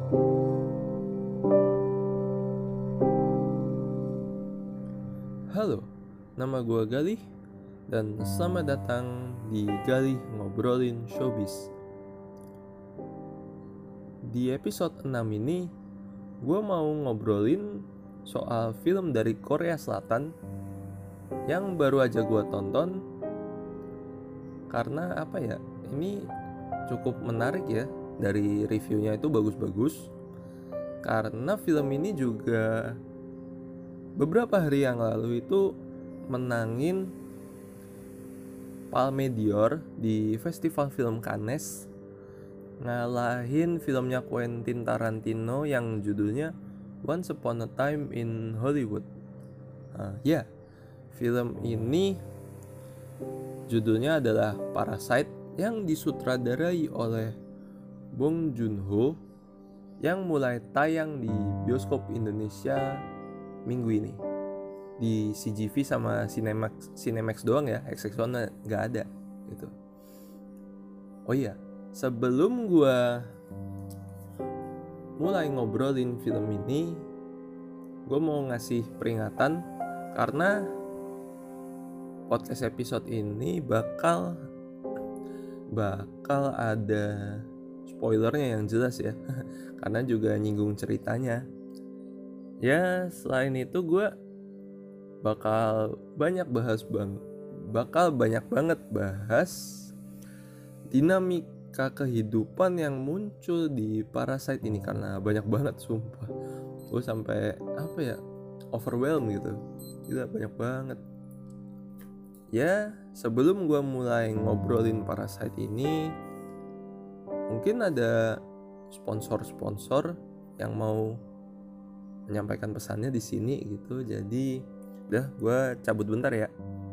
Halo, nama gue Galih dan selamat datang di Galih Ngobrolin Showbiz. Di episode 6 ini, gue mau ngobrolin soal film dari Korea Selatan yang baru aja gue tonton. Karena ini cukup menarik ya, dari reviewnya itu bagus-bagus. Karena film ini juga beberapa hari yang lalu itu menangin Palme d'Or di Festival Film Cannes, ngalahin filmnya Quentin Tarantino yang judulnya Once Upon a Time in Hollywood. Film ini judulnya adalah Parasite yang disutradarai oleh Bong Joon-ho yang mulai tayang di bioskop Indonesia minggu ini di CGV sama Cinemax doang ya, XX1 nggak ada gitu. Oh iya, sebelum gua mulai ngobrolin film ini, gue mau ngasih peringatan karena podcast episode ini bakal ada spoilernya yang jelas ya, karena juga nyinggung ceritanya. Ya, selain itu gue bakal banyak banget bahas dinamika kehidupan yang muncul di Parasite ini, karena banyak banget sumpah. Gue sampai overwhelmed gitu. Gila, banyak banget. Ya, sebelum gue mulai ngobrolin Parasite ini, mungkin ada sponsor yang mau menyampaikan pesannya di sini gitu. Jadi udah, gue cabut bentar ya.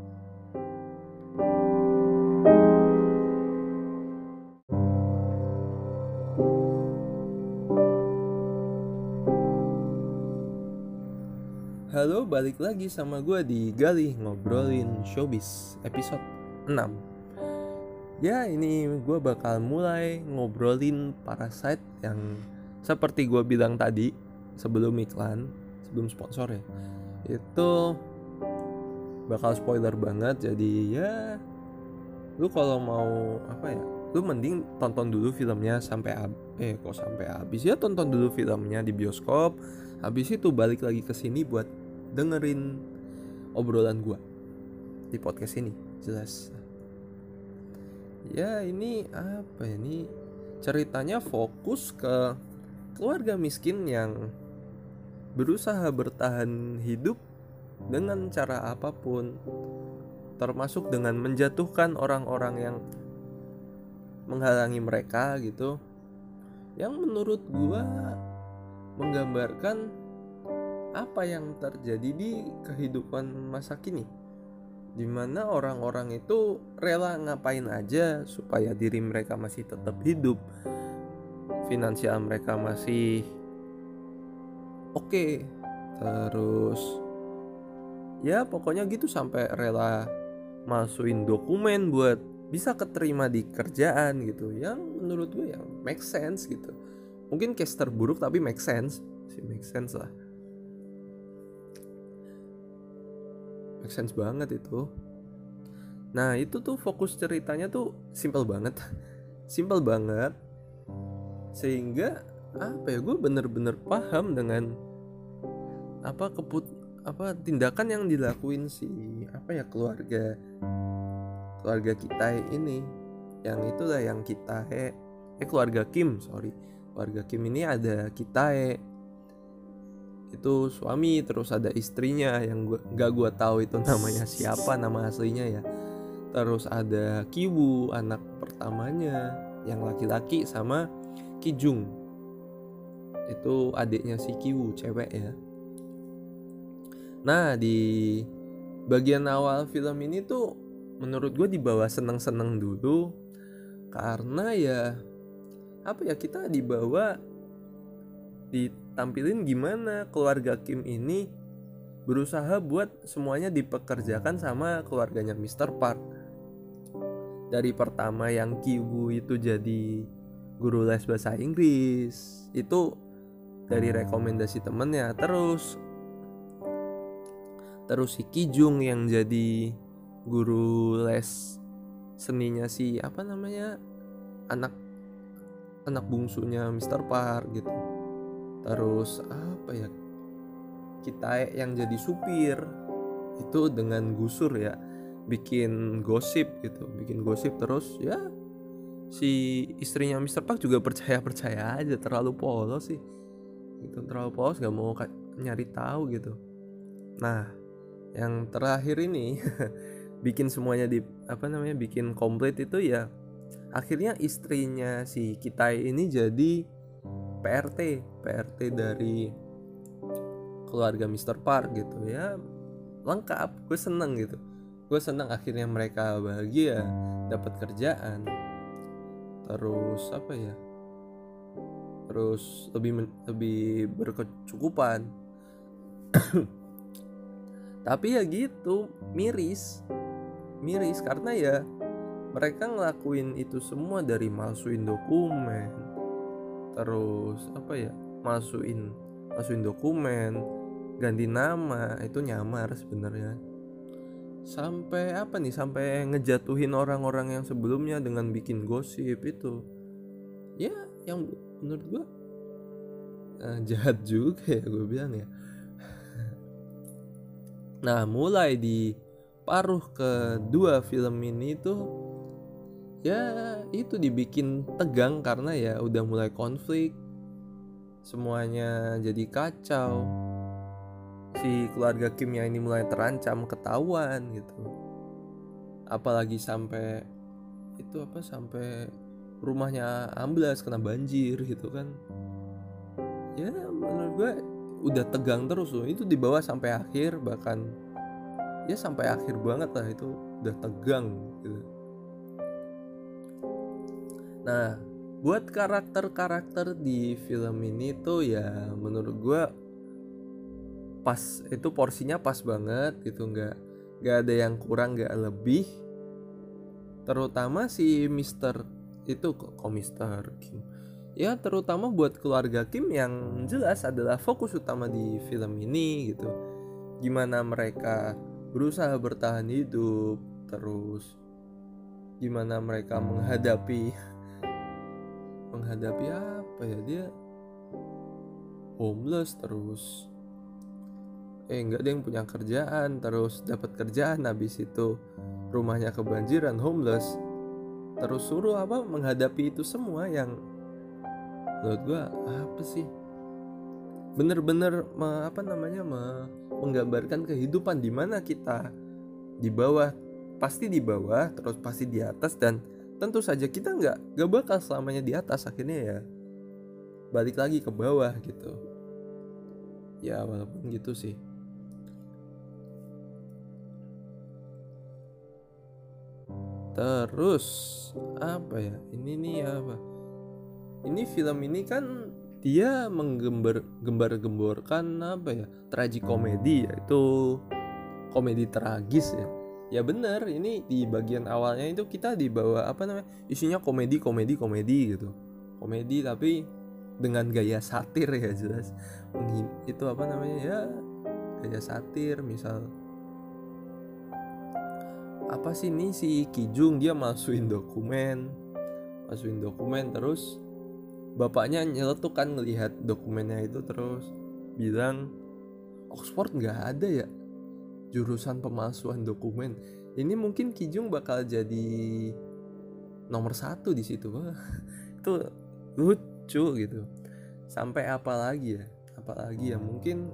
Halo, balik lagi sama gue di Galih Ngobrolin Showbiz episode 6. Ya, ini gue bakal mulai ngobrolin Parasite yang seperti gue bilang tadi sebelum sponsor ya, itu bakal spoiler banget. Jadi ya, lu kalau mau lu mending tonton dulu filmnya sampai habis ya. Tonton dulu filmnya di bioskop, habis itu balik lagi ke sini buat dengerin obrolan gua di podcast ini. Jelas ya, ini ceritanya fokus ke keluarga miskin yang berusaha bertahan hidup dengan cara apapun, termasuk dengan menjatuhkan orang-orang yang menghalangi mereka gitu. Yang menurut gua menggambarkan apa yang terjadi di kehidupan masa kini, dimana orang-orang itu rela ngapain aja supaya diri mereka masih tetap hidup, finansial mereka masih oke. Terus ya pokoknya gitu, sampai rela masukin dokumen buat bisa keterima di kerjaan gitu. Yang menurut gue ya make sense gitu. Mungkin case terburuk tapi make sense lah. Make sense banget itu. Nah, itu tuh fokus ceritanya tuh simple banget sehingga gue bener-bener paham dengan tindakan yang dilakuin keluarga kita ini, yang itulah yang keluarga Kim ini ada Kitae itu suami, terus ada istrinya yang gua tahu itu namanya siapa, nama aslinya ya. Terus ada Kiwoo, anak pertamanya yang laki-laki, sama Kijung, itu adiknya si Kiwoo, cewek ya. Nah, di bagian awal film ini tuh menurut gue dibawa seneng-seneng dulu, karena kita ditampilin gimana keluarga Kim ini berusaha buat semuanya dipekerjakan sama keluarganya Mr. Park. Dari pertama yang Kiwoo itu jadi guru les bahasa Inggris, itu dari rekomendasi temennya. Terus si Kijung yang jadi guru les seninya si anak bungsunya Mr. Park gitu. Terus Kitae yang jadi supir itu dengan gusur ya, bikin gosip terus ya. Si istrinya Mr. Park juga percaya aja, terlalu polos sih gitu, terlalu polos, gak mau nyari tahu gitu. Nah yang terakhir ini bikin semuanya bikin komplit itu ya, akhirnya istrinya si Kitai ini jadi PRT dari keluarga Mr. Park gitu ya. Lengkap, gue seneng akhirnya mereka bahagia, dapat kerjaan, terus terus lebih berkecukupan. Tapi ya gitu, miris karena ya mereka ngelakuin itu semua, dari masukin dokumen, terus masukin dokumen, ganti nama, itu nyamar sebenarnya. Sampai ngejatuhin orang-orang yang sebelumnya dengan bikin gosip itu. Ya, yang menurut gue jahat juga ya, gue bilang ya. Nah, mulai di paruh kedua film ini tuh ya itu dibikin tegang karena ya udah mulai konflik, semuanya jadi kacau. Si keluarga Kimnya ini mulai terancam ketahuan gitu. Apalagi sampai rumahnya amblas, kena banjir gitu kan. Ya menurut gue udah tegang terus loh. Itu dibawa sampai akhir, bahkan ya sampai akhir banget lah, itu udah tegang gitu. Nah, buat karakter di film ini tuh ya menurut gue pas, itu porsinya pas banget gitu, nggak ada yang kurang, nggak lebih. Terutama si Mr. Kim ya, terutama buat keluarga Kim yang jelas adalah fokus utama di film ini gitu. Gimana mereka berusaha bertahan hidup, terus gimana mereka menghadapi dia homeless, terus nggak ada yang punya kerjaan, terus dapat kerjaan, habis itu rumahnya kebanjiran, homeless, terus suruh menghadapi itu semua. Yang menurut gue bener-bener menggambarkan kehidupan di mana kita di bawah, pasti di bawah, terus pasti di atas, dan tentu saja kita nggak bakal selamanya di atas, akhirnya ya balik lagi ke bawah gitu ya, walaupun gitu sih. Terus ini film ini kan dia menggembar-gemborkan tragikomedi, yaitu komedi tragis ya. Ya bener, ini di bagian awalnya itu kita dibawa isinya komedi gitu. Komedi tapi dengan gaya satir ya, jelas. Itu gaya satir. Misal si Kijung dia masukin dokumen, terus bapaknya nyeletuk kan ngelihat dokumennya itu, terus bilang Oxford nggak ada ya jurusan pemalsuan dokumen. Ini mungkin Kijung bakal jadi nomor 1 di situ. Itu lucu gitu. Sampai apalagi ya mungkin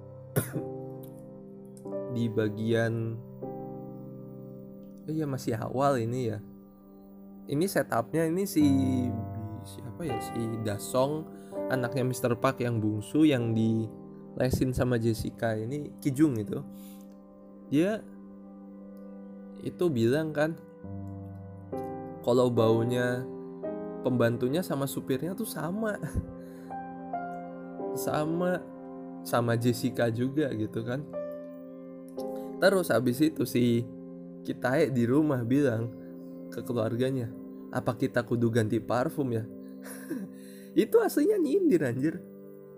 di bagian masih awal ini ya. Ini setupnya ini si Dasong, anaknya Mr. Park yang bungsu, yang dilesin sama Jessica ini, Kijung itu. Dia itu bilang kan kalau baunya pembantunya sama supirnya tuh sama Jessica juga gitu kan. Terus habis itu si Kitae di rumah bilang ke keluarganya, apa kita kudu ganti parfum ya? Itu aslinya nyindir anjir.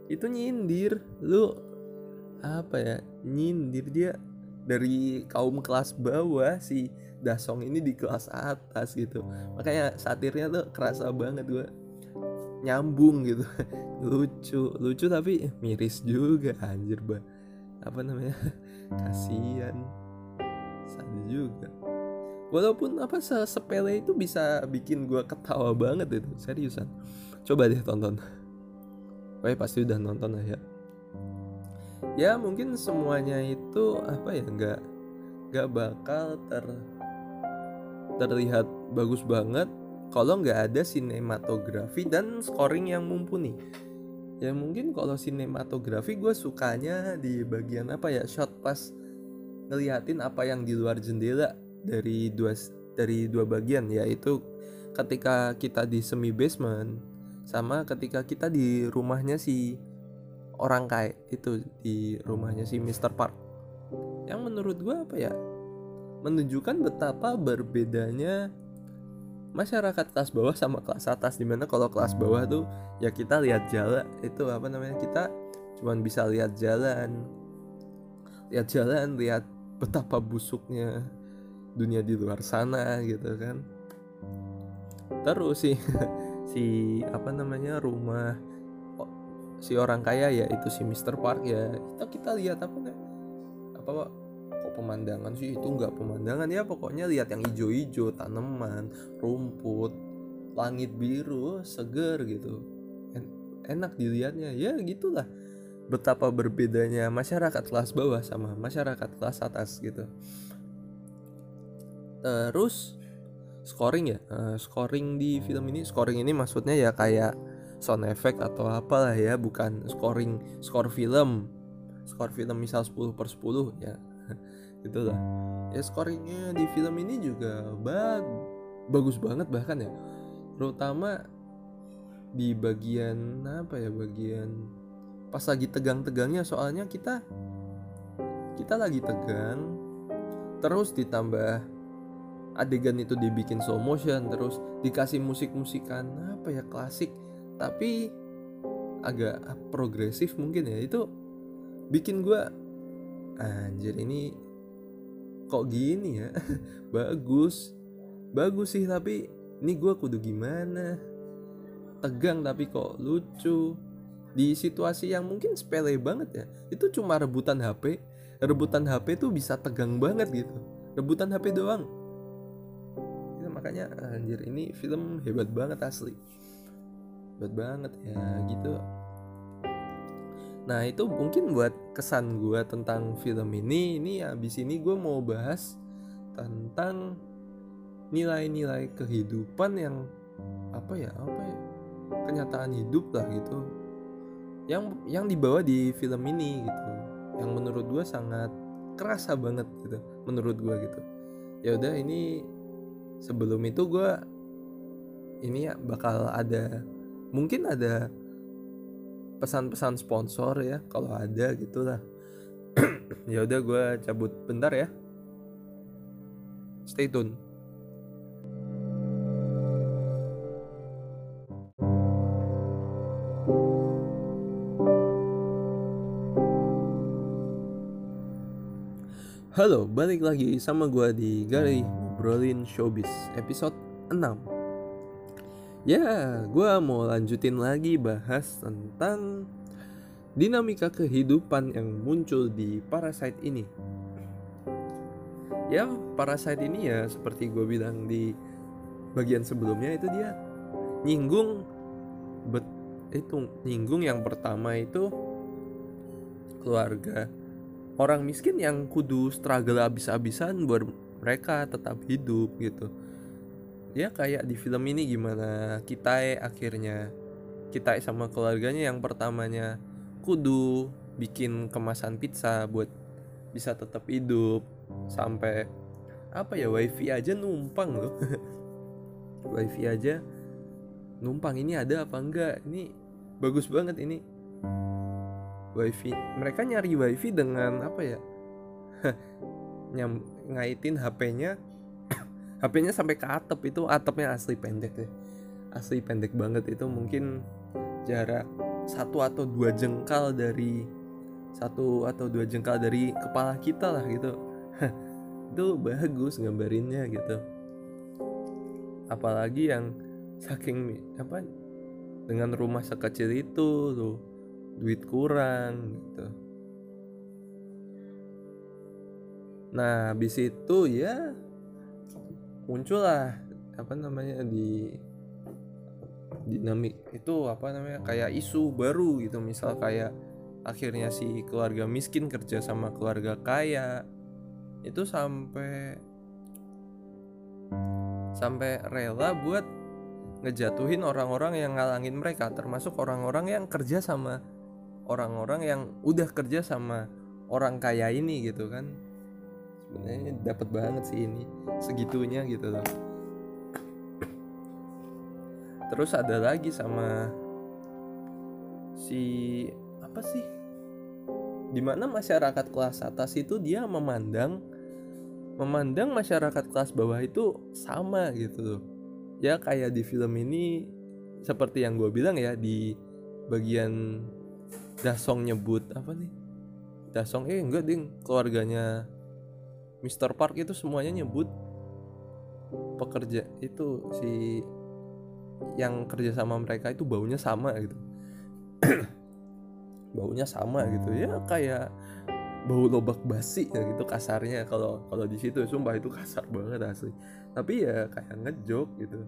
itu nyindir lu, apa ya, nyindir dia dari kaum kelas bawah, si Dasong ini di kelas atas gitu. Makanya satirnya tuh kerasa banget, gue nyambung gitu. lucu tapi miris juga, anjir apa namanya, kasian, sadis juga. Walaupun apa sepele itu bisa bikin gue ketawa banget itu, seriusan. Coba deh tonton. Pasti udah nonton lah ya. Ya mungkin semuanya itu apa ya, nggak bakal terlihat bagus banget kalau nggak ada sinematografi dan scoring yang mumpuni. Ya mungkin kalau sinematografi gue sukanya di bagian apa ya, shot pas ngeliatin apa yang di luar jendela dari dua bagian, yaitu ketika kita di semi basement sama ketika kita di rumahnya si orang kaya itu, di rumahnya si Mr. Park. Yang menurut gue apa ya, menunjukkan betapa berbedanya masyarakat kelas bawah sama kelas atas. Dimana kalau kelas bawah tuh ya kita lihat jalan, itu apa namanya, kita cuman bisa lihat jalan, lihat betapa busuknya dunia di luar sana gitu kan. Terus si apa namanya, rumah si orang kaya ya itu si Mr. Park ya, kita lihat apa kok pemandangan sih, itu nggak pemandangan ya, pokoknya lihat yang hijau-hijau, tanaman, rumput, langit biru seger gitu, enak dilihatnya. Ya gitulah betapa berbedanya masyarakat kelas bawah sama masyarakat kelas atas gitu. Terus scoring ya, scoring di film ini, scoring ini maksudnya ya kayak sound effect atau apalah ya, bukan skor film misal 10/10 ya gitulah ya. Scoringnya di film ini juga bagus banget bahkan ya, terutama di bagian apa ya, bagian pas lagi tegang-tegangnya. Soalnya kita lagi tegang, terus ditambah adegan itu dibikin slow motion, terus dikasih musik-musikan apa ya, klasik tapi agak progresif mungkin ya. Itu bikin gue, anjir ini kok gini ya. bagus sih, tapi ini gue kudu gimana, tegang tapi kok lucu di situasi yang mungkin sepele banget ya. Itu cuma rebutan HP tuh bisa tegang banget gitu, rebutan HP doang ya. Makanya anjir ini film hebat banget, asli hebat banget ya gitu. Nah itu mungkin buat kesan gue tentang film ini abis ini gue mau bahas tentang nilai-nilai kehidupan yang apa ya kenyataan hidup lah gitu, yang dibawa di film ini gitu, yang menurut gue sangat kerasa banget gitu menurut gue gitu. Ya udah, ini sebelum itu gue ini ya bakal mungkin ada pesan-pesan sponsor ya kalau ada gitulah. Ya udah, gue cabut bentar ya, stay tune. Halo, balik lagi sama gue di Galih Ngobrolin Showbiz episode 6. Ya, gue mau lanjutin lagi bahas tentang dinamika kehidupan yang muncul di Parasite ini. Ya, Parasite ini ya seperti gue bilang di bagian sebelumnya, itu dia nyinggung yang pertama itu keluarga orang miskin yang kudu struggle abis-abisan buat mereka tetap hidup gitu. Ya kayak di film ini gimana akhirnya kita sama keluarganya yang pertamanya kudu bikin kemasan pizza buat bisa tetap hidup, sampai apa ya, wifi aja numpang loh. Wifi aja numpang, ini ada apa enggak, ini bagus banget ini wifi. Mereka nyari wifi dengan apa ya, ngaitin HP-nya sampai ke atap. Itu atapnya asli pendek deh, asli pendek banget. Itu mungkin jarak satu atau dua jengkal dari kepala kita lah gitu. Itu bagus gambarinnya gitu. Apalagi yang saking dengan rumah sekecil itu tuh duit kurang gitu. Nah habis itu ya muncullah di dinamik itu kayak isu baru gitu. Misal kayak akhirnya si keluarga miskin kerja sama keluarga kaya itu sampai rela buat ngejatuhin orang-orang yang ngalangin mereka, termasuk orang-orang yang kerja sama orang-orang yang udah kerja sama orang kaya ini gitu kan. Sebenarnya dapat banget sih ini segitunya gitu loh. Terus ada lagi sama dimana masyarakat kelas atas itu dia memandang masyarakat kelas bawah itu sama gitu loh. Ya kayak di film ini seperti yang gue bilang ya, di bagian Dasong nyebut keluarganya Mr. Park itu semuanya nyebut pekerja itu si yang kerja sama mereka itu baunya sama gitu. Baunya sama gitu ya, kayak bau lobak basi ya gitu kasarnya. Kalau di situ sumpah itu kasar banget asli, tapi ya kayak ngejok gitu.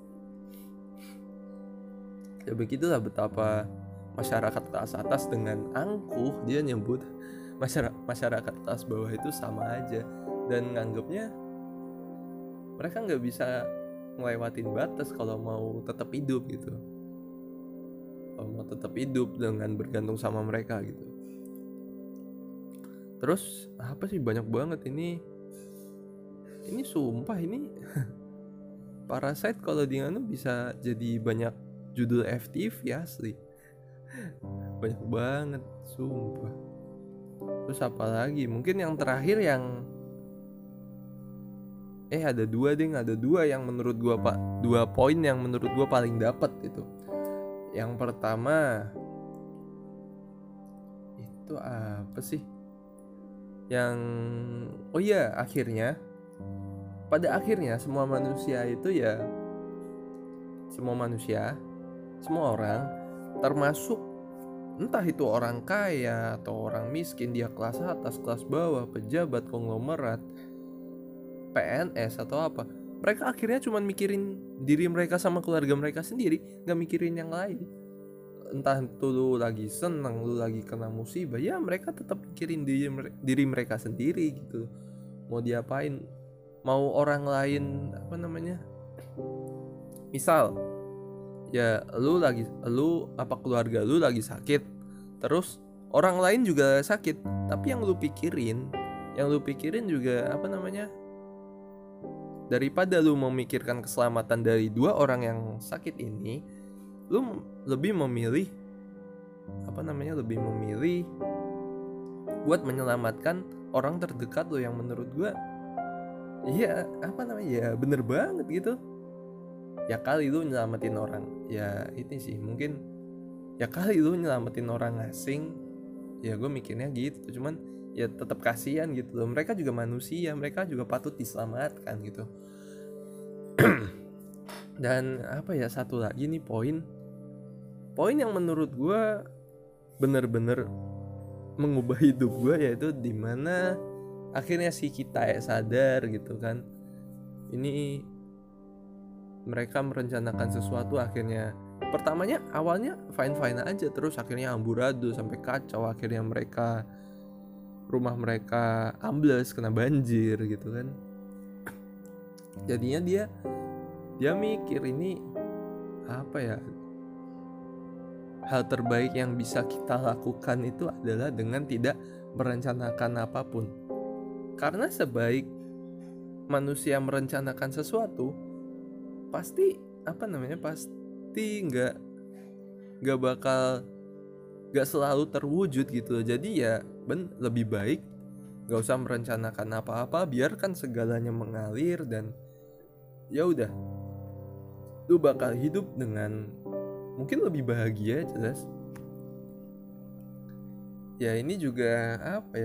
Ya begitulah betapa masyarakat kelas atas dengan angkuh dia nyebut masyarakat kelas bawah itu sama aja, dan nganggapnya mereka nggak bisa ngelewatin batas kalau mau tetap hidup gitu, kalau mau tetap hidup dengan bergantung sama mereka gitu. Terus banyak banget ini sumpah ini Parasite kalau di anu bisa jadi banyak judul FTV asli. Banyak banget sumpah. Terus apa lagi? Mungkin yang terakhir yang ada dua yang menurut gua dua poin yang menurut gua paling dapat itu. Yang pertama itu apa sih? Yang pada akhirnya semua orang termasuk entah itu orang kaya atau orang miskin, dia kelas atas, kelas bawah, pejabat, konglomerat, PNS atau apa, mereka akhirnya cuma mikirin diri mereka sama keluarga mereka sendiri, gak mikirin yang lain. Entah itu lu lagi seneng, lu lagi kena musibah, ya mereka tetap mikirin diri mereka sendiri gitu. Mau diapain, mau orang lain misal ya keluarga lu lagi sakit, terus orang lain juga sakit, tapi yang lu pikirin juga daripada lu memikirkan keselamatan dari dua orang yang sakit ini, lu lebih memilih buat menyelamatkan orang terdekat lu, yang menurut gua bener banget gitu. Ya kali lu nyelamatin orang, ya ini sih mungkin ya kali lu nyelamatin orang asing, ya gue mikirnya gitu. Cuman ya tetap kasihan gitu loh, mereka juga manusia, mereka juga patut diselamatkan gitu. Dan satu lagi nih poin yang menurut gue bener-bener mengubah hidup gue, yaitu dimana akhirnya si kita sadar gitu kan, ini mereka merencanakan sesuatu, akhirnya awalnya fine aja, terus akhirnya amburadul sampai kacau, akhirnya rumah mereka ambles, kena banjir gitu kan. Jadinya dia mikir ini hal terbaik yang bisa kita lakukan itu adalah dengan tidak merencanakan apapun. Karena sebaik manusia merencanakan sesuatu, pasti nggak selalu terwujud gitu. Jadi ya lebih baik nggak usah merencanakan apa-apa, biarkan segalanya mengalir, dan ya udah, lu bakal hidup dengan mungkin lebih bahagia, jelas, ya ini juga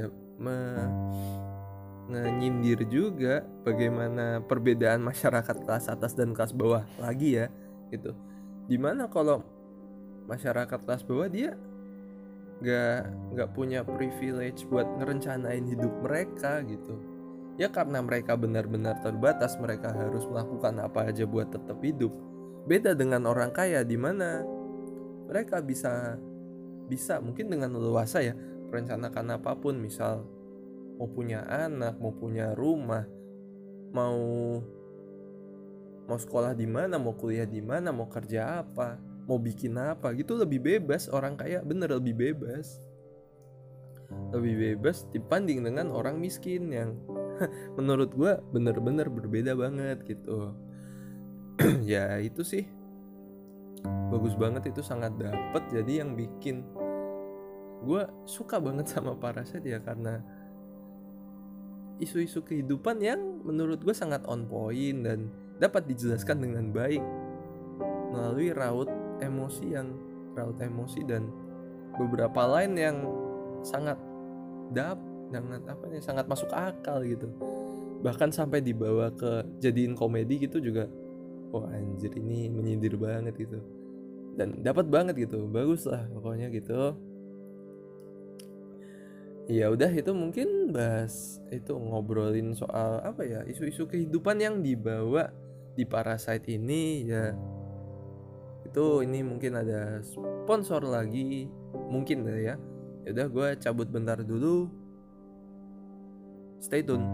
ngenyindir juga bagaimana perbedaan masyarakat kelas atas dan kelas bawah lagi ya gitu. Dimana kalau masyarakat kelas bawah dia nggak punya privilege buat ngerencanain hidup mereka gitu ya, karena mereka benar-benar terbatas, mereka harus melakukan apa aja buat tetap hidup. Beda dengan orang kaya di mana mereka bisa mungkin dengan leluasa ya merencanakan apapun, misal mau punya anak, mau punya rumah, mau sekolah di mana, mau kuliah di mana, mau kerja apa, mau bikin apa gitu. Lebih bebas, orang kaya bener lebih bebas dibanding dengan orang miskin yang menurut gue bener-bener berbeda banget gitu. Ya itu sih bagus banget, itu sangat dapet. Jadi yang bikin gue suka banget sama Parasite ya karena isu-isu kehidupan yang menurut gue sangat on point dan dapat dijelaskan dengan baik melalui raut emosi dan beberapa line yang sangat sangat masuk akal gitu. Bahkan sampai dibawa ke jadiin komedi gitu juga. Wah anjir, ini menyindir banget gitu. Dan dapat banget gitu. Bagus lah pokoknya gitu. Ya udah, itu mungkin bahas itu, ngobrolin soal isu-isu kehidupan yang dibawa di Parasite ini ya. Itu ini mungkin ada sponsor lagi mungkin ya. Ya udah, gue cabut bentar dulu. Stay tune.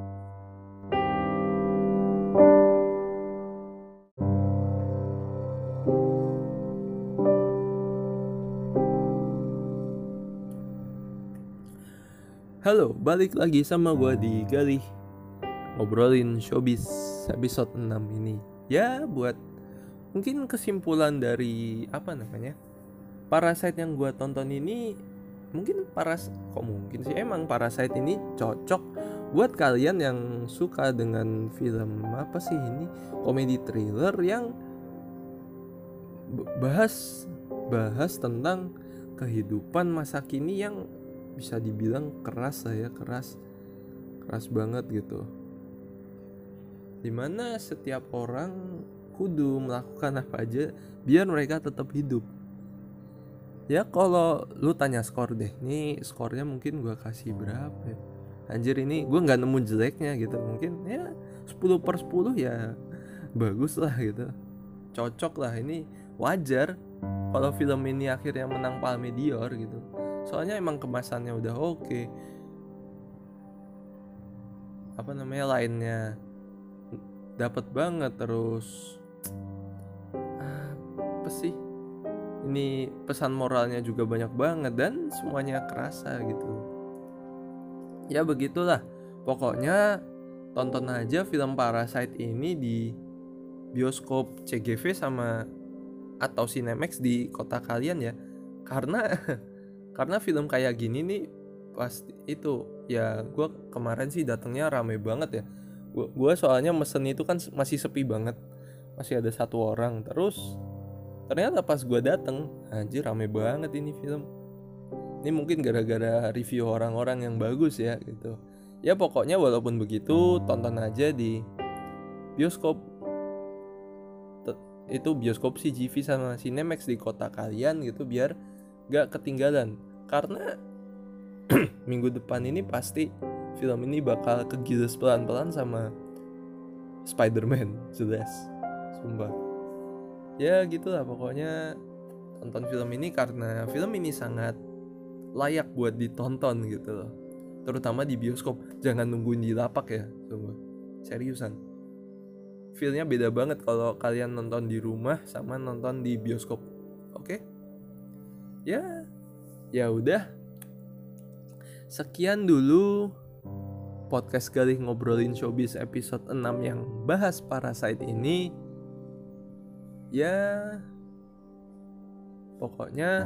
Halo, balik lagi sama gue di Galih ngobrolin showbiz episode 6 ini. Ya buat mungkin kesimpulan dari Parasite yang gue tonton ini, emang Parasite ini cocok buat kalian yang suka dengan film komedi thriller yang bahas tentang kehidupan masa kini yang bisa dibilang keras banget gitu. Dimana setiap orang kudu melakukan apa aja biar mereka tetap hidup. Ya kalau lu tanya skor deh, nih skornya mungkin gue kasih berapa ya? Anjir, ini gue gak nemu jeleknya gitu. Mungkin ya 10/10 ya bagus lah gitu, cocok lah. Ini wajar kalau film ini akhirnya menang Palme d'Or gitu. Soalnya emang kemasannya udah oke. Lainnya dapat banget, terus ini pesan moralnya juga banyak banget dan semuanya kerasa gitu. Ya begitulah. Pokoknya tonton aja film Parasite ini di bioskop CGV atau Cinemax di kota kalian ya. Karena film kayak gini nih pasti itu ya, gue kemarin sih datangnya rame banget ya. Gue soalnya mesen itu kan masih sepi banget, masih ada 1 orang. Terus ternyata pas gue dateng, anjir rame banget ini film. Ini mungkin gara-gara review orang-orang yang bagus ya gitu. Ya pokoknya walaupun begitu, tonton aja di bioskop. Itu bioskop CGV sama Cinemax di kota kalian gitu, biar gak ketinggalan. Karena minggu depan ini pasti film ini bakal kegiles pelan-pelan sama Spider-Man, jelas, sumpah. Ya gitulah pokoknya, tonton film ini karena film ini sangat layak buat ditonton gitu loh. Terutama di bioskop, jangan nungguin di lapak ya, sumpah. Seriusan, feelnya beda banget kalau kalian nonton di rumah sama nonton di bioskop. Oke? Ya udah. Sekian dulu podcast Galih ngobrolin showbiz episode 6 yang bahas Parasite ini. Ya pokoknya,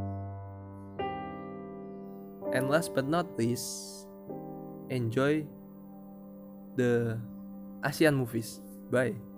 and last but not least, enjoy the Asian movies. Bye.